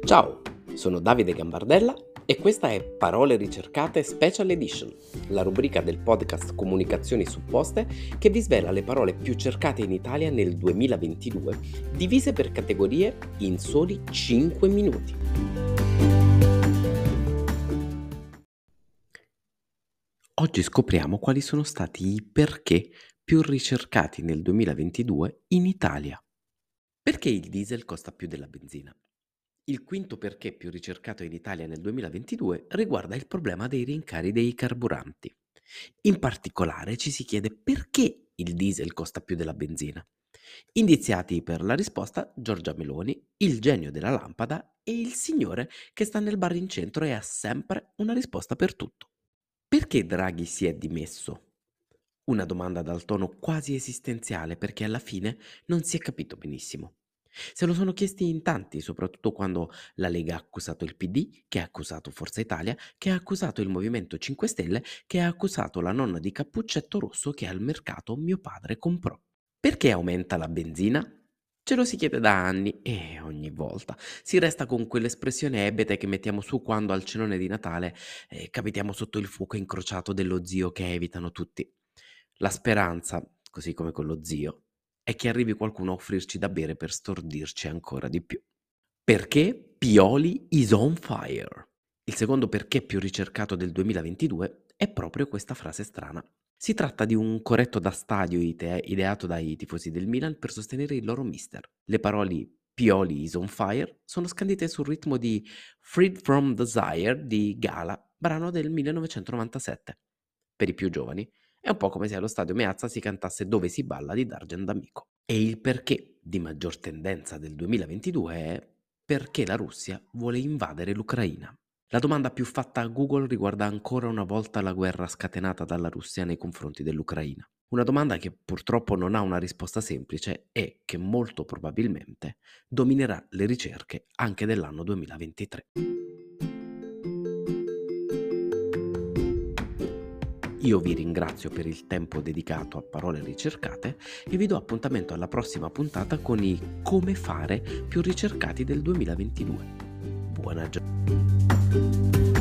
Ciao, sono Davide Gambardella e questa è Parole ricercate Special Edition, la rubrica del podcast Comunicazioni Supposte che vi svela le parole più cercate in Italia nel 2022, divise per categorie in soli 5 minuti. Oggi scopriamo quali sono stati i perché più ricercati nel 2022 in Italia. Perché il diesel costa più della benzina? Il quinto perché più ricercato in Italia nel 2022 riguarda il problema dei rincari dei carburanti. In particolare ci si chiede perché il diesel costa più della benzina. Indiziati per la risposta Giorgia Meloni, il genio della lampada e il signore che sta nel bar in centro e ha sempre una risposta per tutto. Perché Draghi si è dimesso? Una domanda dal tono quasi esistenziale perché alla fine non si è capito benissimo. Se lo sono chiesti in tanti, soprattutto quando la Lega ha accusato il PD, che ha accusato Forza Italia, che ha accusato il Movimento 5 Stelle, che ha accusato la nonna di Cappuccetto Rosso che al mercato mio padre comprò. Perché aumenta la benzina? Ce lo si chiede da anni e ogni volta si resta con quell'espressione ebete che mettiamo su quando al cenone di Natale capitiamo sotto il fuoco incrociato dello zio che evitano tutti. La speranza, così come con lo zio, è che arrivi qualcuno a offrirci da bere per stordirci ancora di più. Perché Pioli is on fire? Il secondo perché più ricercato del 2022 è proprio questa frase strana. Si tratta di un corretto da stadio ideato dai tifosi del Milan per sostenere il loro mister. Le parole Pioli is on fire sono scandite sul ritmo di Freed from Desire di Gala, brano del 1997. Per i più giovani è un po' come se allo stadio Meazza si cantasse Dove si balla di Dargen D'Amico. E il perché di maggior tendenza del 2022 è perché la Russia vuole invadere l'Ucraina. La domanda più fatta a Google riguarda ancora una volta la guerra scatenata dalla Russia nei confronti dell'Ucraina. Una domanda che purtroppo non ha una risposta semplice e che molto probabilmente dominerà le ricerche anche dell'anno 2023. Io vi ringrazio per il tempo dedicato a parole ricercate e vi do appuntamento alla prossima puntata con i come fare più ricercati del 2022. Buona giornata.